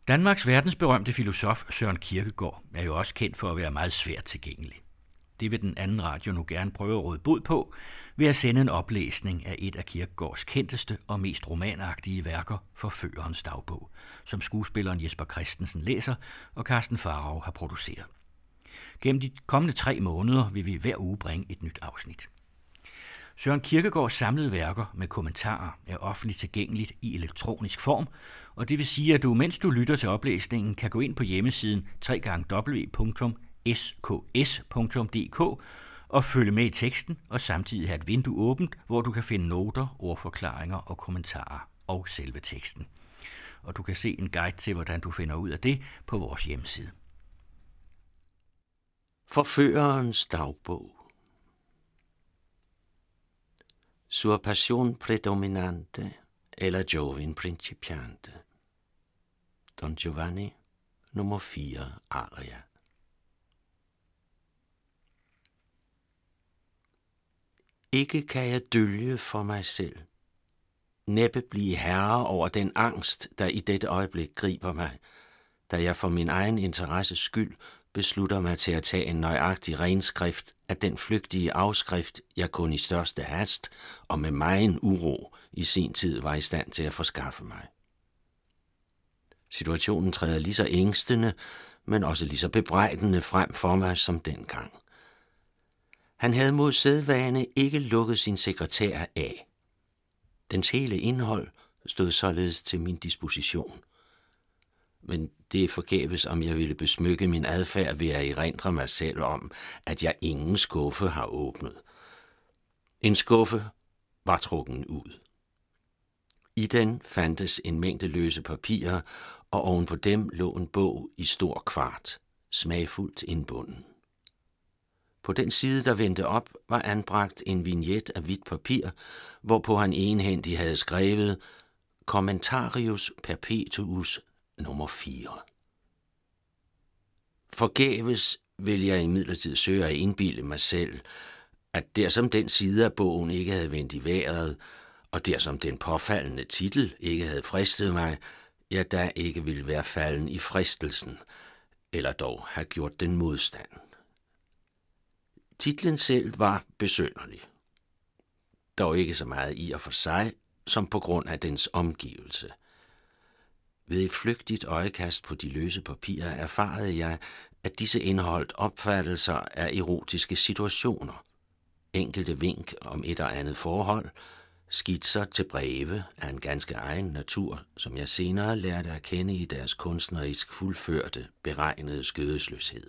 Danmarks verdensberømte filosof Søren Kierkegaard er jo også kendt for at være meget svært tilgængelig. Det vil den anden radio nu gerne prøve at råde bod på ved at sende en oplæsning af et af Kierkegaards kendteste og mest romanagtige værker, Forførerens dagbog, som skuespilleren Jesper Christensen læser og Karsten Pharao har produceret. Gennem de kommende 3 måneder vil vi hver uge bringe et nyt afsnit. Søren Kierkegaards samlede værker med kommentarer er offentligt tilgængeligt i elektronisk form, og det vil sige, at du, mens du lytter til oplæsningen, kan gå ind på hjemmesiden www.sks.dk og følge med i teksten og samtidig have et vindue åbent, hvor du kan finde noter, ordforklaringer og kommentarer og selve teksten. Og du kan se en guide til, hvordan du finder ud af det på vores hjemmeside. Forførerens dagbog. Sur passion predominante eller Jovin principiante. Don Giovanni, nummer 4, aria. Ikke kan jeg dølge for mig selv. Næppe blive herre over den angst, der i dette øjeblik griber mig, da jeg for min egen interesses skyld beslutter mig til at tage en nøjagtig renskrift af den flygtige afskrift, jeg kun i største hast og med megen uro i sin tid var i stand til at forskaffe mig. Situationen træder lige så ængstende, men også lige så bebrejdende frem for mig som dengang. Han havde mod sædvane ikke lukket sin sekretær af. Dens hele indhold stod således til min disposition. Men det er forgæves, om jeg ville besmykke min adfærd ved at erindre mig selv om, at jeg ingen skuffe har åbnet. En skuffe var trukken ud. I den fandtes en mængde løse papirer, og oven på dem lå en bog i stor kvart, smagfuldt indbunden. På den side, der vendte op, var anbragt en vignet af hvidt papir, hvorpå han egenhændigt havde skrevet Commentarius Perpetuus nummer 4. Forgæves vil jeg imidlertid søge at indbilde mig selv, at dersom den side af bogen ikke havde vendt i vejret, og dersom den påfaldende titel ikke havde fristet mig, jeg da ikke ville være falden i fristelsen, eller dog have gjort den modstand. Titlen selv var besynderlig, dog ikke så meget i og for sig, som på grund af dens omgivelse. Ved et flygtigt øjekast på de løse papirer erfarede jeg, at disse indeholdt opfattelser af erotiske situationer, enkelte vink om et og andet forhold, skitser til breve af en ganske egen natur, som jeg senere lærte at kende i deres kunstnerisk fuldførte, beregnede skødesløshed.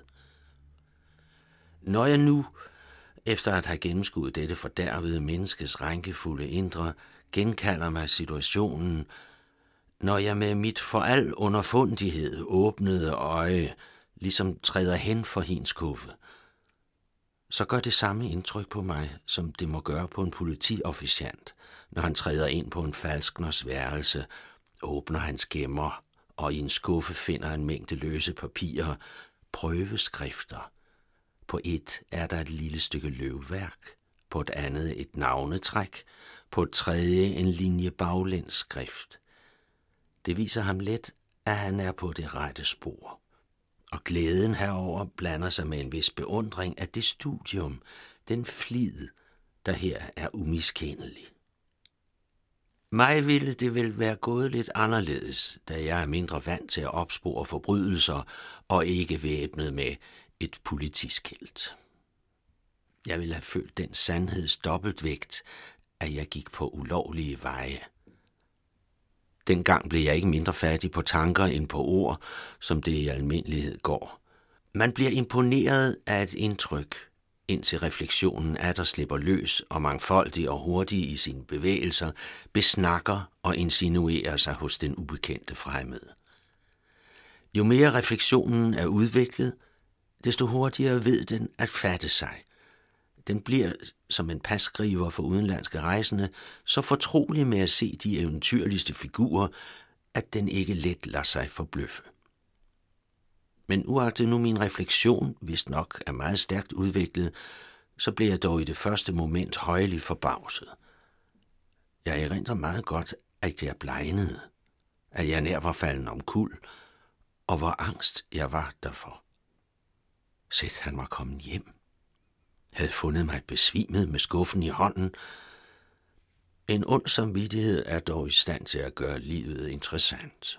Når jeg nu, efter at have gennemskuet dette fordærvede menneskes rænkefulde indre, genkalder mig situationen, når jeg med mit for al underfundighed åbnede øje ligesom træder hen for hendes skuffe, så gør det samme indtryk på mig, som det må gøre på en politiofficiant, når han træder ind på en falskners værelse, åbner hans gemmer og i en skuffe finder en mængde løse papirer, prøveskrifter. På et er der et lille stykke løvværk, på et andet et navnetræk, på et tredje en linje baglænsskrift. Det viser ham let, at han er på det rette spor. Og glæden herover blander sig med en vis beundring af det studium, den flid, der her er umiskendelig. Mig ville det vel være gået lidt anderledes, da jeg er mindre vant til at opspore forbrydelser og ikke væbnet med et politiskilt. Jeg ville have følt den sandheds dobbeltvægt, at jeg gik på ulovlige veje. Dengang blev jeg ikke mindre fattig på tanker end på ord, som det i almindelighed går. Man bliver imponeret af et indtryk, indtil refleksionen atter slipper løs og mangfoldig og hurtig i sine bevægelser, besnakker og insinuerer sig hos den ubekendte fremmede. Jo mere refleksionen er udviklet, desto hurtigere ved den at fatte sig. Den bliver, som en passkriver for udenlandske rejsende, så fortrolig med at se de eventyrligste figurer, at den ikke let lader sig forbløffe. Men uagtet nu min refleksion, vist nok er meget stærkt udviklet, så blev jeg dog i det første moment højligt forbavset. Jeg erindrer meget godt, at jeg blegnede, at jeg nær var falden omkuld, og hvor angst jeg var derfor. Sæt, han var kommet hjem. Havde fundet mig besvimet med skuffen i hånden. En ond samvittighed er dog i stand til at gøre livet interessant.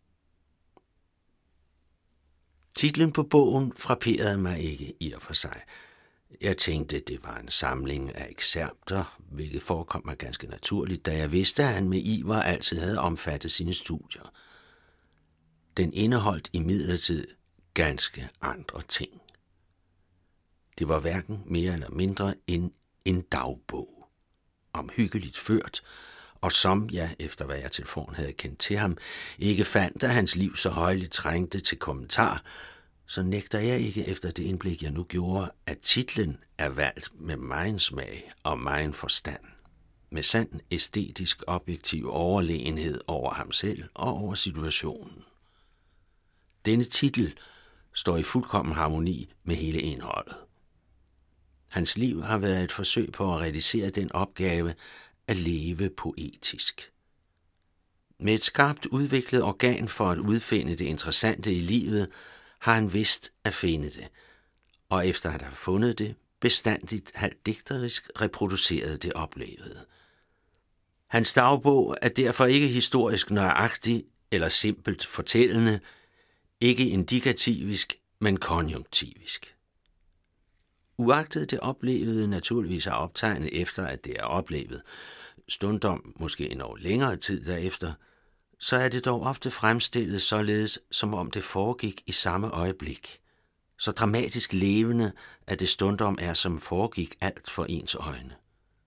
Titlen på bogen frapperede mig ikke i og for sig. Jeg tænkte, det var en samling af ekserpter, hvilket forekom mig ganske naturligt, da jeg vidste, at han med iver altid havde omfattet sine studier. Den indeholdt imidlertid ganske andre ting. Det var hverken mere eller mindre end en dagbog, omhyggeligt ført, og som jeg, efter hvad jeg til forhånd havde kendt til ham, ikke fandt, at hans liv så højligt trængte til kommentar, så nægter jeg ikke efter det indblik, jeg nu gjorde, at titlen er valgt med megen smag og megen forstand, med sand æstetisk objektiv overlegenhed over ham selv og over situationen. Denne titel står i fuldkommen harmoni med hele indholdet. Hans liv har været et forsøg på at realisere den opgave at leve poetisk. Med et skarpt udviklet organ for at udfinde det interessante i livet, har han vidst at finde det, og efter at have fundet det, bestandigt halvt digterisk reproduceret det oplevede. Hans dagbog er derfor ikke historisk nøjagtig eller simpelt fortællende, ikke indikativisk, men konjunktivisk. Uagtet det oplevede naturligvis er optegnet efter, at det er oplevet, stundom måske en år længere tid derefter, så er det dog ofte fremstillet således, som om det foregik i samme øjeblik. Så dramatisk levende, at det stundom er, som foregik alt for ens øjne.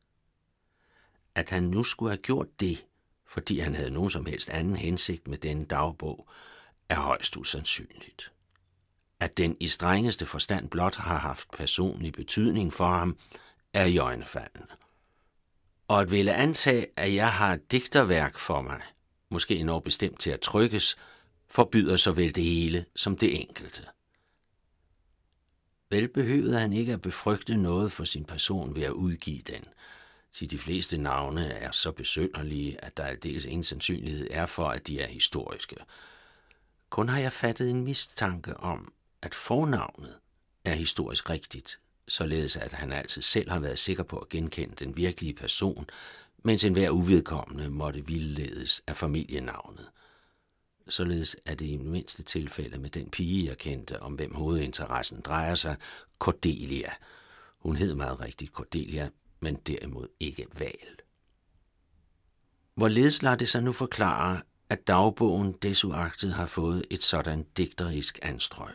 At han nu skulle have gjort det, fordi han havde nogen som helst anden hensigt med denne dagbog, er højst usandsynligt. At den i strengeste forstand blot har haft personlig betydning for ham, er iøjnefaldende. Og at ville antage, at jeg har et digterværk for mig, måske endnu bestemt til at trykkes, forbyder såvel det hele som det enkelte. Vel behøvede han ikke at befrygte noget for sin person ved at udgive den, til de fleste navne er så besynderlige, at der aldeles ingen sandsynlighed er for, at de er historiske. Kun har jeg fattet en mistanke om, at fornavnet er historisk rigtigt, således at han altid selv har været sikker på at genkende den virkelige person, mens enhver uvedkommende måtte vildledes af familienavnet. Således er det i mindste tilfælde med den pige, jeg kendte, om hvem hovedinteressen drejer sig, Cordelia. Hun hed meget rigtigt Cordelia, men derimod ikke Val. Hvorledes lader det sig nu forklare, at dagbogen desuagtet har fået et sådan digterisk anstrøg?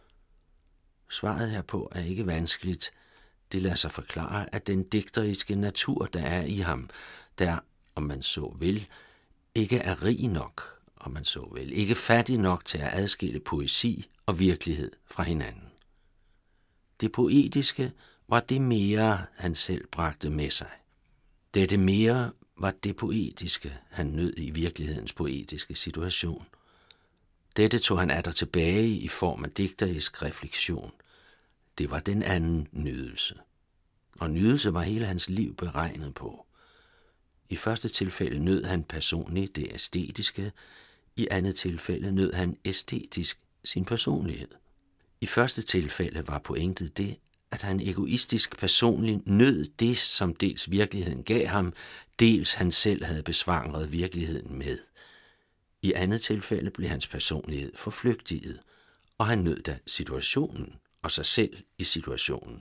Svaret herpå er ikke vanskeligt. Det lader sig forklare, at den digteriske natur, der er i ham, der, om man så vil, ikke er rig nok, om man så vil, ikke fattig nok til at adskille poesi og virkelighed fra hinanden. Det poetiske var det mere, han selv bragte med sig. Dette mere var det poetiske, han nød i virkelighedens poetiske situation. Dette tog han atter tilbage i form af digterisk refleksion. Det var den anden nydelse. Og nydelse var hele hans liv beregnet på. I første tilfælde nød han personligt det æstetiske, i andet tilfælde nød han æstetisk sin personlighed. I første tilfælde var pointet det, at han egoistisk personligt nød det, som dels virkeligheden gav ham, dels han selv havde besvangret virkeligheden med. I andet tilfælde blev hans personlighed forflygtiget, og han nød da situationen og sig selv i situationen.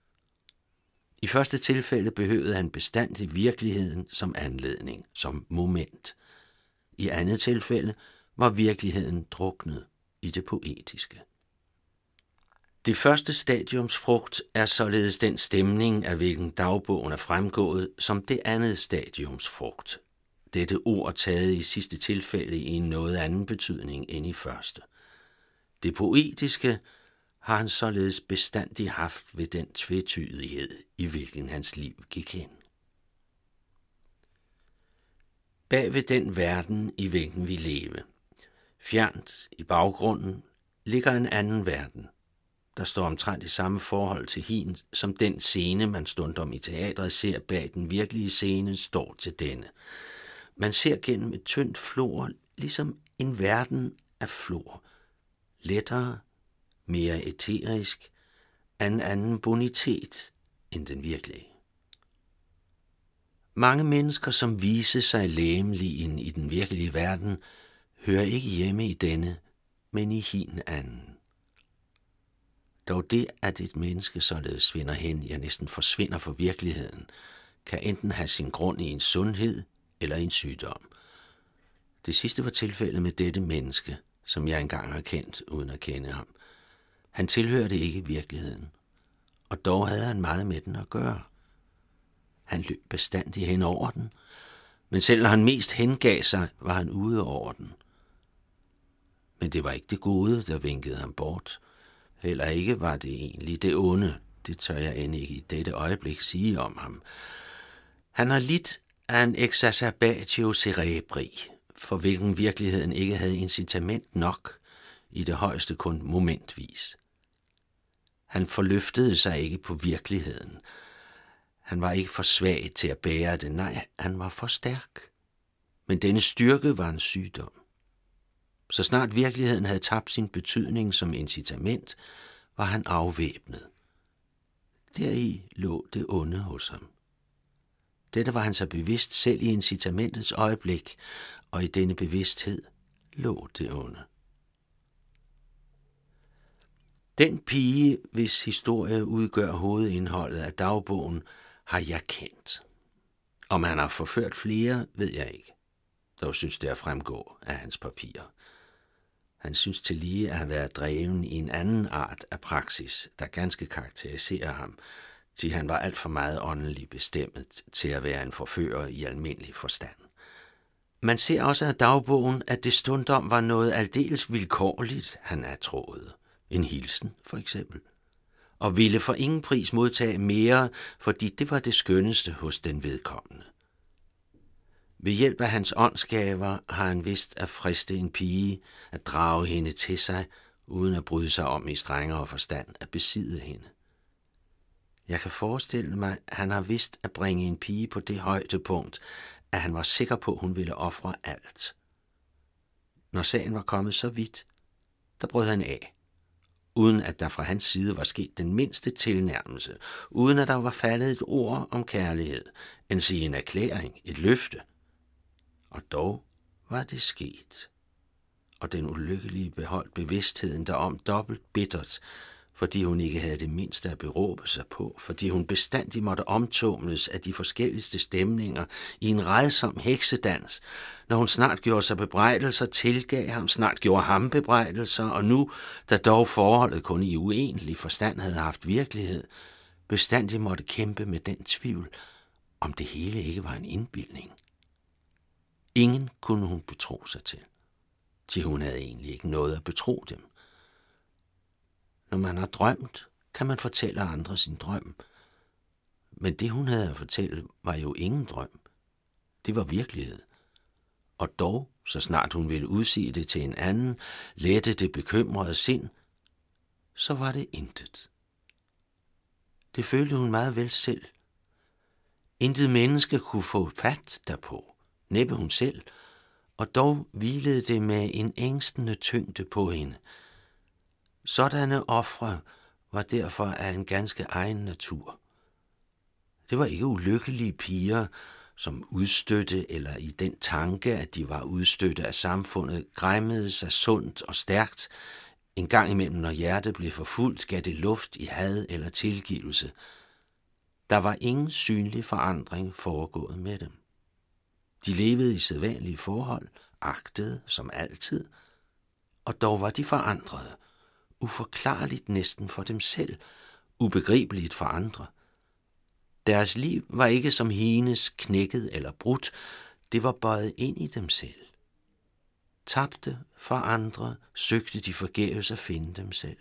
I første tilfælde behøvede han bestandigt virkeligheden som anledning, som moment. I andet tilfælde var virkeligheden druknet i det poetiske. Det første stadiums frugt er således den stemning, af hvilken dagbogen er fremgået, som det andet stadiums frugt. Dette ord taget i sidste tilfælde i en noget anden betydning end i første. Det poetiske har han således bestandig haft ved den tvetydighed, i hvilken hans liv gik hen. Bag ved den verden, i hvilken vi lever, fjernt i baggrunden, ligger en anden verden, der står omtrent i samme forhold til hin, som den scene, man stundom i teatret ser bag den virkelige scene, står til denne. Man ser gennem et tyndt flor, ligesom en verden af flor, lettere, mere æterisk, af en anden bonitet end den virkelige. Mange mennesker, som viser sig legemlige i den virkelige verden, hører ikke hjemme i denne, men i hin anden. Dog det, at et menneske således svinder hen, ja næsten forsvinder for virkeligheden, kan enten have sin grund i en sundhed eller en sygdom. Det sidste var tilfældet med dette menneske, som jeg engang har kendt uden at kende ham. Han tilhørte ikke virkeligheden, og dog havde han meget med den at gøre. Han løb bestandig hen over den, men selv når han mest hengav sig, var han ude over den. Men det var ikke det gode, der vinkede ham bort. Heller ikke var det egentlig det onde. Det tør jeg end ikke i dette øjeblik sige om ham. Han har lidt af en exacerbatio cerebri, for hvilken virkeligheden ikke havde incitament nok, i det højeste kun momentvis. Han forløftede sig ikke på virkeligheden. Han var ikke for svag til at bære det, nej, han var for stærk. Men denne styrke var en sygdom. Så snart virkeligheden havde tabt sin betydning som incitament, var han afvæbnet. Deri lå det onde hos ham. Dette var han så bevidst selv i incitamentets øjeblik, og i denne bevidsthed lå det onde. Den pige, hvis historie udgør hovedindholdet af dagbogen, har jeg kendt. Om han har forført flere, ved jeg ikke. Dog synes det at fremgå af hans papirer. Han synes tillige at have været dreven i en anden art af praksis, der ganske karakteriserer ham, til han var alt for meget åndelig bestemt til at være en forfører i almindelig forstand. Man ser også af dagbogen, at det stundom var noget aldeles vilkårligt, han atråede. En hilsen, for eksempel. Og ville for ingen pris modtage mere, fordi det var det skønneste hos den vedkommende. Ved hjælp af hans åndsgaver har han vidst at friste en pige, at drage hende til sig, uden at bryde sig om i strengere forstand at besidde hende. Jeg kan forestille mig, at han har vidst at bringe en pige på det højdepunkt, at han var sikker på, at hun ville ofre alt. Når sagen var kommet så vidt, der brød han af, uden at der fra hans side var sket den mindste tilnærmelse, uden at der var faldet et ord om kærlighed, end sige en erklæring, et løfte. Og dog var det sket, og den ulykkelige beholdt bevidstheden derom dobbelt bittert, fordi hun ikke havde det mindste at beråbe sig på, fordi hun bestandig måtte omtumles af de forskelligste stemninger i en rædsom heksedans, når hun snart gjorde sig bebrejdelser, tilgav ham, snart gjorde ham bebrejdelser, og nu, da dog forholdet kun i uenlig forstand havde haft virkelighed, bestandig måtte kæmpe med den tvivl, om det hele ikke var en indbildning. Ingen kunne hun betro sig til hun havde egentlig ikke noget at betro dem. Når man har drømt, kan man fortælle andre sin drøm. Men det, hun havde at fortælle, var jo ingen drøm. Det var virkelighed. Og dog, så snart hun ville udsige det til en anden, lette det bekymrede sind, så var det intet. Det følte hun meget vel selv. Intet menneske kunne få fat derpå, næppe hun selv, og dog hvilede det med en ængstende tyngde på hende. Sådanne ofre var derfor af en ganske egen natur. Det var ikke ulykkelige piger, som udstødte eller i den tanke, at de var udstødte af samfundet, græmmede sig sundt og stærkt. En gang imellem, når hjertet blev forfulgt, gav det luft i had eller tilgivelse. Der var ingen synlig forandring foregået med dem. De levede i sædvanlige forhold, agtede som altid, og dog var de forandrede, uforklarligt næsten for dem selv, ubegribeligt for andre. Deres liv var ikke som hendes knækket eller brudt, det var bøjet ind i dem selv. Tabte for andre, søgte de forgæves at finde dem selv.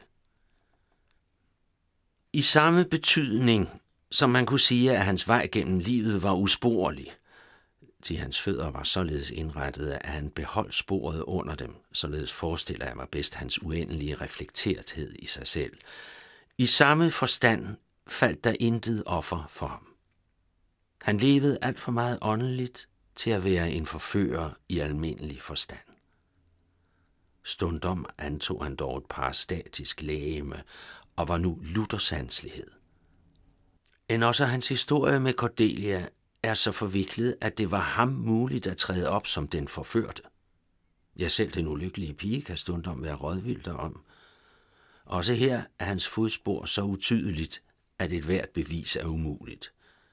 I samme betydning, som man kunne sige, at hans vej gennem livet var usporelig, til hans fødder var således indrettet, at han beholdt sporet under dem, således forestiller jeg mig bedst hans uendelige reflekterthed i sig selv. I samme forstand faldt der intet offer for ham. Han levede alt for meget åndeligt til at være en forfører i almindelig forstand. Stundom antog han dog et parastatisk legeme og var nu luthersanselighed. End også hans historie med Cordelia er så forviklet, at det var ham muligt at træde op som den forførte. Ja, selv den ulykkelige pige kan stundom være rådvild derom. Også her er hans fodspor så utydeligt, at et hvert bevis er umuligt.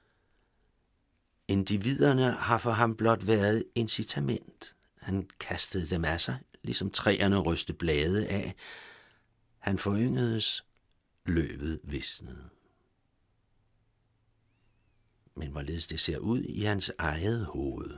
Individerne har for ham blot været incitament. Han kastede dem af sig, ligesom træerne ryste blade af. Han foryngedes, løvet visnede. Men hvorledes det ser ud i hans eget hoved.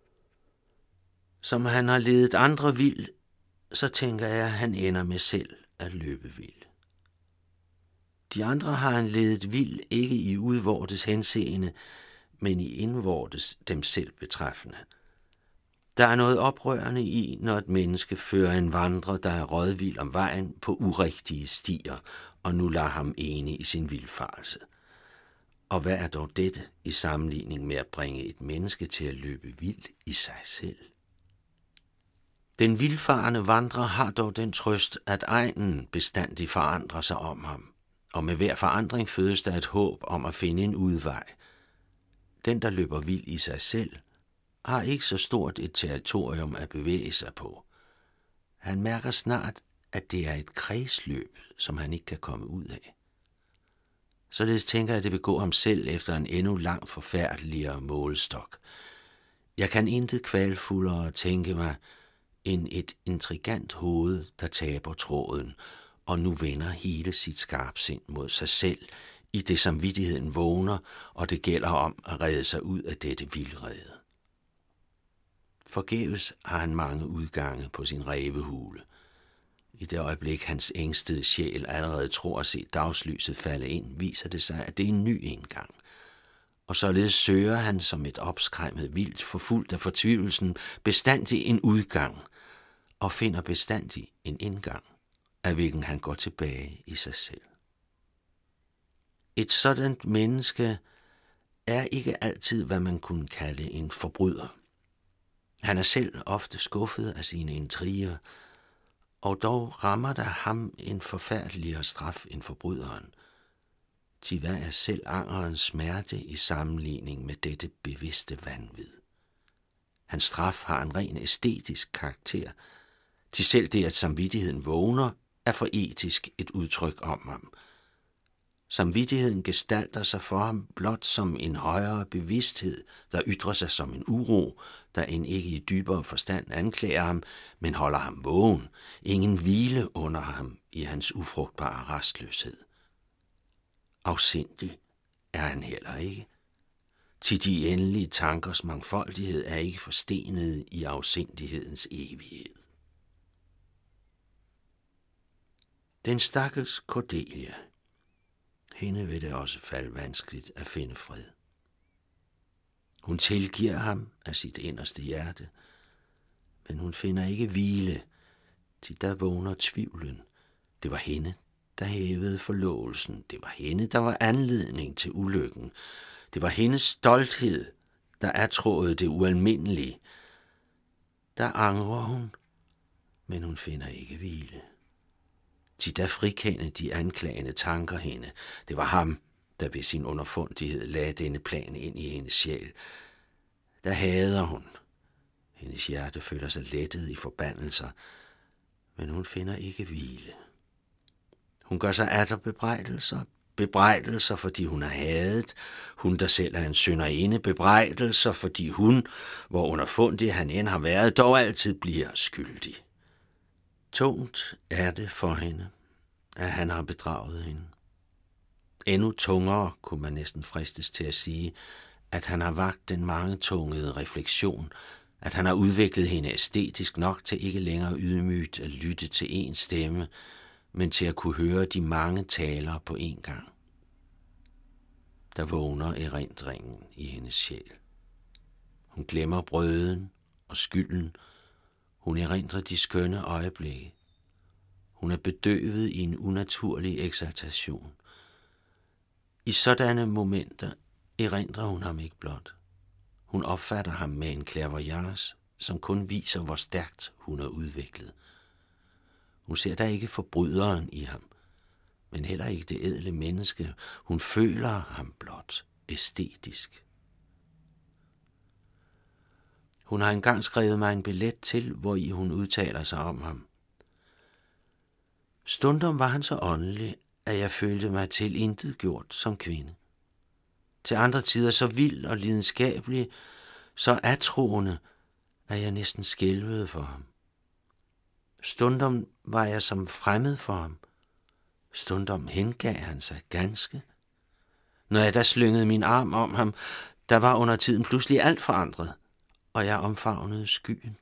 Som han har ledet andre vild, så tænker jeg, at han ender med selv at løbe vild. De andre har han ledet vild ikke i udvortes henseende, men i indvortes dem selv betreffende. Der er noget oprørende i, når et menneske fører en vandrer, der er rådvild om vejen på urigtige stier, og nu lader ham ene i sin vildfarelse. Og hvad er dog dette i sammenligning med at bringe et menneske til at løbe vild i sig selv? Den vildfarende vandrer har dog den trøst, at egnen bestandig forandrer sig om ham, og med hver forandring fødes der et håb om at finde en udvej. Den, der løber vild i sig selv, har ikke så stort et territorium at bevæge sig på. Han mærker snart, at det er et kredsløb, som han ikke kan komme ud af. Således tænker jeg, at det vil gå ham selv efter en endnu langt forfærdeligere målestok. Jeg kan intet kvalfuldere tænke mig end et intrigant hoved, der taber tråden, og nu vender hele sit skarpsind mod sig selv, i det samvittigheden vågner, og det gælder om at redde sig ud af dette vildrede. Forgæves har han mange udgange på sin rævehule. I det øjeblik, hans ængstede sjæl allerede tror at se dagslyset falde ind, viser det sig, at det er en ny indgang. Og således søger han som et opskræmmet vildt, forfulgt af fortvivlelsen, bestandig en udgang, og finder bestandig en indgang, af hvilken han går tilbage i sig selv. Et sådant menneske er ikke altid, hvad man kunne kalde en forbryder. Han er selv ofte skuffet af sine intriger, og dog rammer der ham en forfærdeligere straf end forbryderen. Til hvad er selv angerens smerte i sammenligning med dette bevidste vanvid? Hans straf har en ren æstetisk karakter. Til selv det, at samvittigheden vågner, er for etisk et udtryk om ham. Samvittigheden gestalter sig for ham blot som en højere bevidsthed, der ytrer sig som en uro, der end ikke i dybere forstand anklager ham, men holder ham vågen. Ingen hvile under ham i hans ufrugtbare rastløshed. Afsindig er han heller ikke. Til de endelige tankers mangfoldighed er ikke forstenet i afsindighedens evighed. Den stakkels Cordelia. Hende vil det også falde vanskeligt at finde fred. Hun tilgiver ham af sit inderste hjerte, men hun finder ikke hvile, til der vågner tvivlen. Det var hende, der hævede forlovelsen. Det var hende, der var anledning til ulykken. Det var hendes stolthed, der atrådede det ualmindelige. Der angrer hun, men hun finder ikke hvile. Til der frikende de anklagende tanker hende. Det var ham, der ved sin underfundighed lagde denne plan ind i hendes sjæl. Der hader hun. Hendes hjerte føler sig lettet i forbandelser, men hun finder ikke hvile. Hun gør sig atter bebrejdelser, fordi hun er hadet, hun der selv er en synderinde, bebrejdelser, fordi hun, hvor underfundig han end har været, dog altid bliver skyldig. Tungt er det for hende, at han har bedraget hende. Endnu tungere kunne man næsten fristes til at sige, at han har vakt den mangetungede refleksion, at han har udviklet hende æstetisk nok til ikke længere ydmygt at lytte til én stemme, men til at kunne høre de mange talere på én gang. Der vågner erindringen i hendes sjæl. Hun glemmer brøden og skylden. Hun erindrer de skønne øjeblikke. Hun er bedøvet i en unaturlig eksaltation. I sådanne momenter erindrer hun ham ikke blot. Hun opfatter ham med en clairvoyance, som kun viser, hvor stærkt hun er udviklet. Hun ser da ikke forbryderen i ham, men heller ikke det ædle menneske. Hun føler ham blot æstetisk. Hun har engang skrevet mig en billet til, hvori hun udtaler sig om ham. Stundom var han så åndelig, at jeg følte mig tilintetgjort som kvinde. Til andre tider så vild og lidenskabelig, så atroende, at jeg næsten skælvede for ham. Stundom var jeg som fremmed for ham. Stundom hengav han sig ganske. Når jeg da slyngede min arm om ham, der var under tiden pludselig alt forandret, og jeg omfavnede skyen.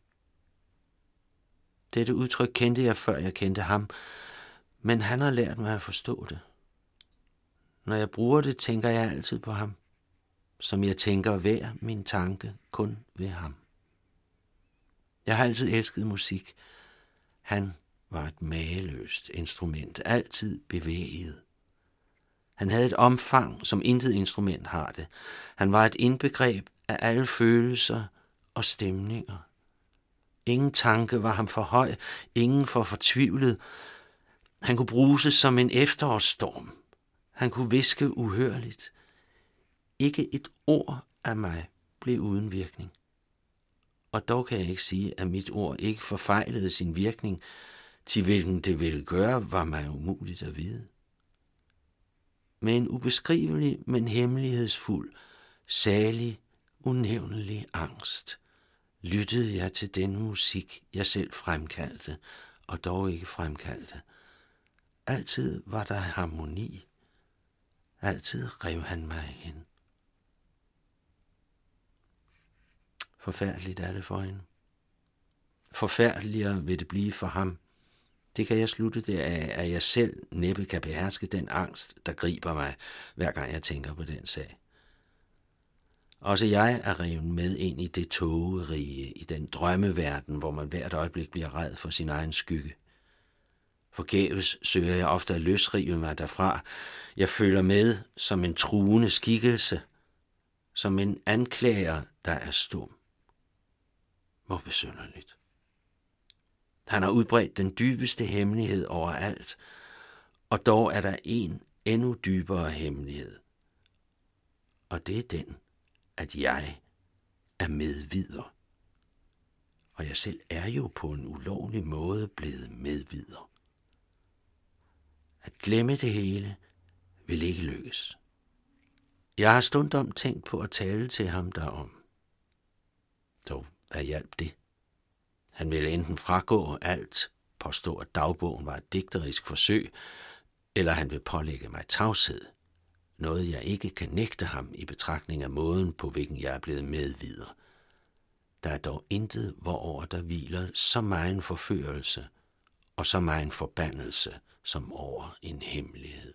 Dette udtryk kendte jeg, før jeg kendte ham, men han har lært mig at forstå det. Når jeg bruger det, tænker jeg altid på ham, som jeg tænker hver min tanke kun ved ham. Jeg har altid elsket musik. Han var et mageløst instrument, altid bevæget. Han havde et omfang, som intet instrument har det. Han var et indbegreb af alle følelser og stemninger. Ingen tanke var ham for høj, ingen for fortvivlet. Han kunne bruses som en efterårsstorm. Han kunne hviske uhørligt. Ikke et ord af mig blev uden virkning. Og dog kan jeg ikke sige, at mit ord ikke forfejlede sin virkning, til hvilken det ville gøre, var mig umuligt at vide. Med en ubeskrivelig, men hemmelighedsfuld, salig, unævnelig angst, lyttede jeg til denne musik, jeg selv fremkaldte, og dog ikke fremkaldte. Altid var der harmoni. Altid rev han mig hen. Forfærdeligt er det for hende. Forfærdeligere vil det blive for ham. Det kan jeg slutte deraf, at jeg selv næppe kan beherske den angst, der griber mig, hver gang jeg tænker på den sag. Også jeg er revet med ind i det tågerige, i den drømmeverden, hvor man hvert øjeblik bliver ræd for sin egen skygge. Forgæves søger jeg ofte at løsrive mig derfra. Jeg føler med som en truende skikkelse, som en anklager, der er stum. Hvor besynderligt. Han har udbredt den dybeste hemmelighed overalt, og dog er der en endnu dybere hemmelighed. Og det er den, at jeg er medvider. Og jeg selv er jo på en ulovlig måde blevet medvider. At glemme det hele vil ikke lykkes. Jeg har stundom tænkt på at tale til ham derom. Dog, hvad hjalp det? Han ville enten fragå alt, påstå at dagbogen var et digterisk forsøg, eller han vil pålægge mig tavshed. Noget jeg ikke kan nægte ham i betragtning af måden, på hvilken jeg er blevet medvider. Der er dog intet, hvorover der hviler så megen forførelse og så megen forbandelse, som over en hemmelighed.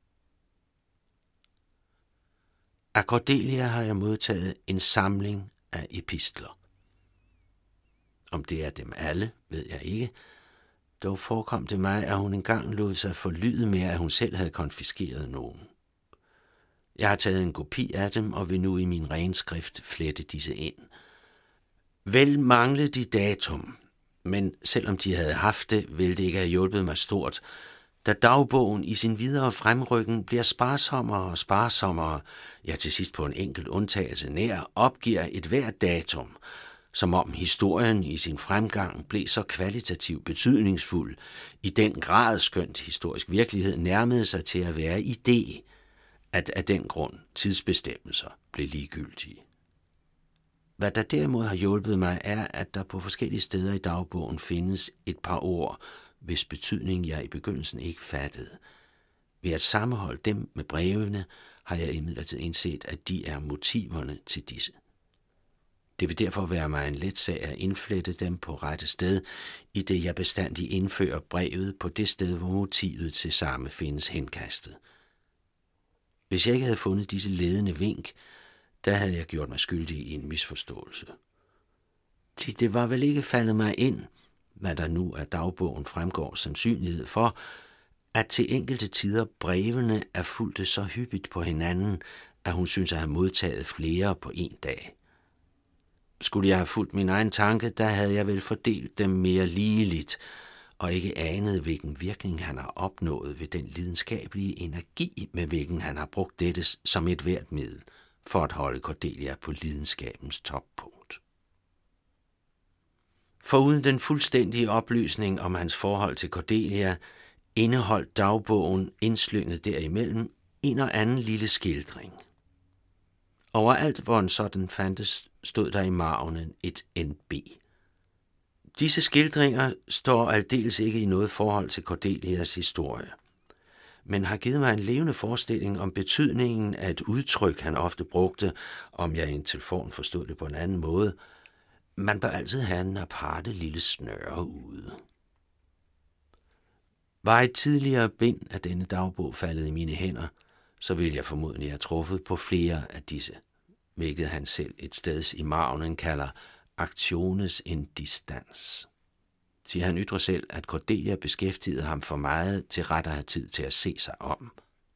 Af Cordelia har jeg modtaget en samling af epistler. Om det er dem alle, ved jeg ikke. Dog forekom det mig, at hun engang lod sig forlyde med, at hun selv havde konfiskeret nogen. Jeg har taget en kopi af dem, og vil nu i min renskrift flette disse ind. Vel mangle de datum, men selvom de havde haft det, ville det ikke have hjulpet mig stort, da dagbogen i sin videre fremrykken bliver sparsommere og sparsommere, ja til sidst på en enkelt undtagelse nær, opgiver et hvert datum, som om historien i sin fremgang blev så kvalitativt betydningsfuld, i den grad skønt historisk virkelighed nærmede sig til at være idé, at af den grund tidsbestemmelser blev ligegyldige. Hvad der derimod har hjulpet mig, er, at der på forskellige steder i dagbogen findes et par ord, hvis betydning jeg i begyndelsen ikke fattede. Ved at sammenholde dem med brevene, har jeg imidlertid indset, at de er motiverne til disse. Det vil derfor være mig en let sag at indflette dem på rette sted, i det jeg bestandig indfører brevet på det sted, hvor motivet til samme findes henkastet. Hvis jeg ikke havde fundet disse ledende vink, der havde jeg gjort mig skyldig i en misforståelse. Det var vel ikke faldet mig ind, hvad der nu af dagbogen fremgår sandsynlighed for, at til enkelte tider brevene er fulgte så hyppigt på hinanden, at hun synes at have modtaget flere på en dag. Skulle jeg have fulgt min egen tanke, der havde jeg vel fordelt dem mere ligeligt, og ikke anede, hvilken virkning han har opnået ved den lidenskabelige energi, med hvilken han har brugt dette som et hvert middel for at holde Cordelia på lidenskabens toppunkt. Foruden den fuldstændige oplysning om hans forhold til Cordelia, indeholdt dagbogen indslynget derimellem en og anden lille skildring. Overalt, hvor en sådan fandtes, stod der i margenen et NB. Disse skildringer står aldeles ikke i noget forhold til Cordelias historie, men har givet mig en levende forestilling om betydningen af et udtryk, han ofte brugte, om jeg i en telefon forstod det på en anden måde. Man bør altid have en aparte lille snøre ude. Var et tidligere bind af denne dagbog faldet i mine hænder, så ville jeg formodentlig have truffet på flere af disse, hvilket han selv et sted i margenen kalder actiones in distans. Til han ytrer selv, at Cordelia beskæftigede ham for meget til ret at have tid til at se sig om.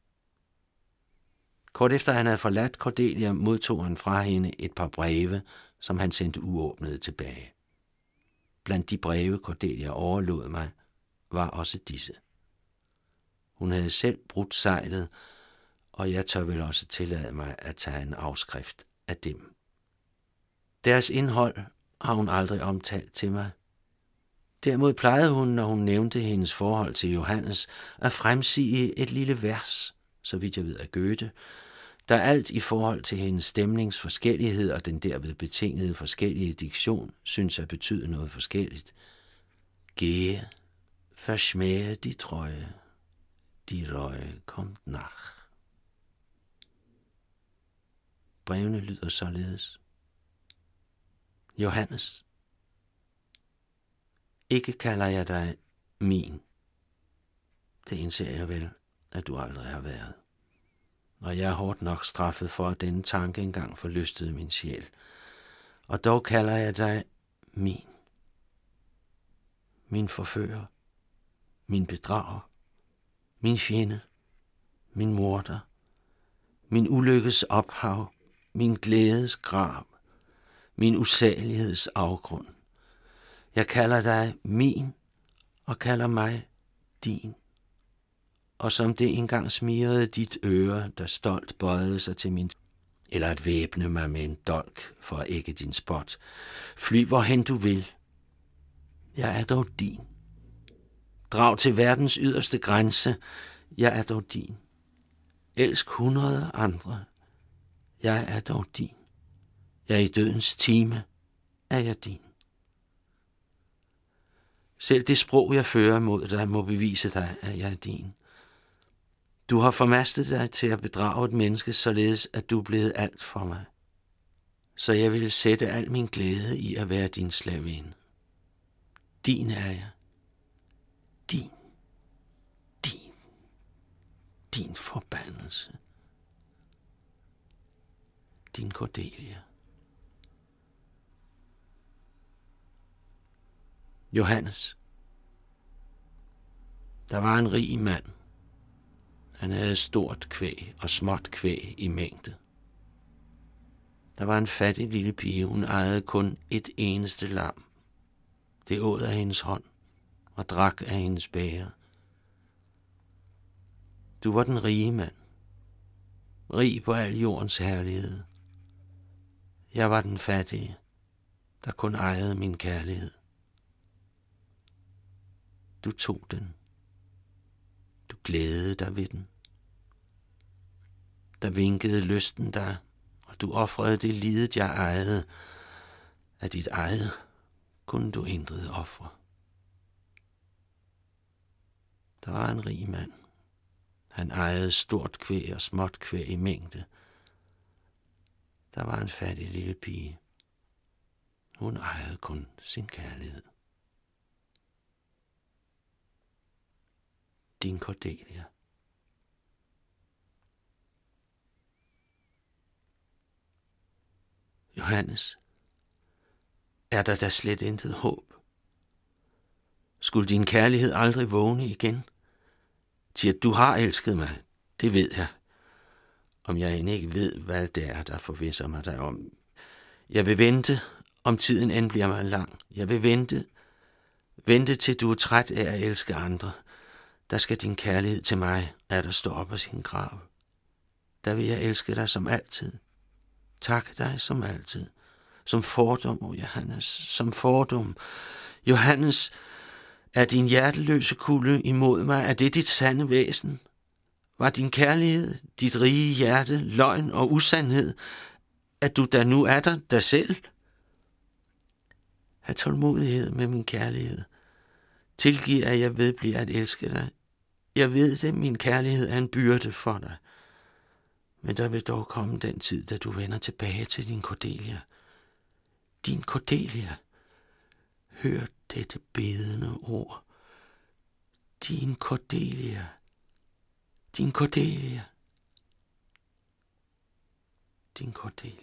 Kort efter han havde forladt Cordelia, modtog han fra hende et par breve, som han sendte uåbnede tilbage. Blandt de breve, Cordelia overlod mig, var også disse. Hun havde selv brudt sejlet, og jeg tør vel også tillade mig at tage en afskrift af dem. Deres indhold har hun aldrig omtalt til mig. Derimod plejede hun, når hun nævnte hendes forhold til Johannes, at fremsige et lille vers, så vidt jeg ved af Goethe, der alt i forhold til hendes stemnings forskellighed og den derved betingede forskellige diktion synes at betyde noget forskelligt. Gehe, verschmähe die Treue, die Reue kommt nach. Brevene lyder således. Johannes, ikke kalder jeg dig min. Det indser jeg vel, at du aldrig har været. Og jeg er hårdt nok straffet for, at denne tanke engang forlystede min sjæl. Og dog kalder jeg dig min. Min forfører, min bedrager, min fjende, min morder, min ulykkes ophav, min glædes grav, min usageligheds afgrund. Jeg kalder dig min, og kalder mig din. Og som det engang smirrede dit øre, der stolt bøjede sig til min, eller at væbne mig med en dolk for ikke din spot. Fly hvorhen du vil. Jeg er dog din. Drag til verdens yderste grænse. Jeg er dog din. Elsk 100 andre. Jeg er dog din. Jeg er i dødens time. Er jeg din. Selv det sprog, jeg fører mod dig, må bevise dig, at jeg er din. Du har formastet dig til at bedrage et menneske, således at du er blevet alt for mig. Så jeg vil sætte al min glæde i at være din slavinde. Din er jeg. Din. Din. Din forbandelse. Din Cordelia. Johannes. Der var en rig mand. Han havde stort kvæg og småt kvæg i mængde. Der var en fattig lille pige, hun ejede kun et eneste lam. Det åd af hendes hånd og drak af hendes bæger. Du var den rige mand, rig på al jordens herlighed. Jeg var den fattige, der kun ejede min kærlighed. Du tog den. Du glædede dig ved den. Der vinkede lysten dig, og du ofrede det lidet, jeg ejede. Af dit eget kunne du intet ofre. Der var en rig mand. Han ejede stort kvæg og småt kvæg i mængde. Der var en fattig lille pige. Hun ejede kun sin kærlighed. Din Cordelia. Johannes, er der da slet intet håb? Skulle din kærlighed aldrig vågne igen? Til at du har elsket mig, det ved jeg. Om jeg end ikke ved, hvad det er, der forvisser mig derom. Jeg vil vente, om tiden end bliver mig lang. Jeg vil vente, Vente til du er træt af at elske andre. Der skal din kærlighed til mig, at der står op af sin grav. Der vil jeg elske dig som altid. Takke dig som altid. Som fordom, Johannes, som fordom. Johannes, er din hjerteløse kulde imod mig, er det dit sande væsen? Var din kærlighed, dit rige hjerte, løgn og usandhed, at du da nu er der selv? Ha' tålmodighed med min kærlighed. Tilgiv, at jeg vedbliver at elske dig. Jeg ved det, min kærlighed er en byrde for dig. Men der vil dog komme den tid, da du vender tilbage til din Cordelia. Din Cordelia. Hør dette bedende ord. Din Cordelia. Din Cordelia. Din Cordelia.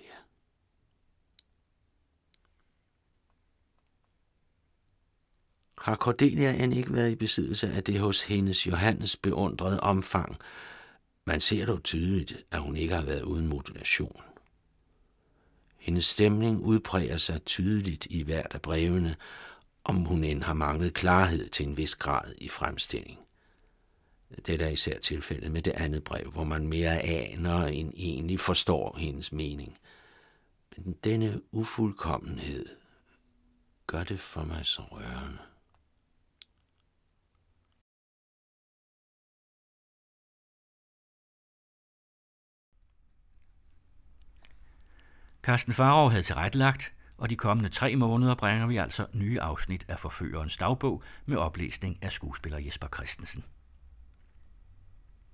Har Cordelia end ikke været i besiddelse af det hos hendes Johannes beundrede omfang? Man ser dog tydeligt, at hun ikke har været uden modulation. Hendes stemning udpræger sig tydeligt i hvert af brevene, om hun end har manglet klarhed til en vis grad i fremstilling. Det er især tilfældet med det andet brev, hvor man mere aner end egentlig forstår hendes mening. Men denne ufuldkommenhed gør det for mig så rørende. Karsten Pharao havde tilrettelagt, og de kommende 3 måneder bringer vi altså nye afsnit af Forførerens dagbog med oplæsning af skuespiller Jesper Christensen.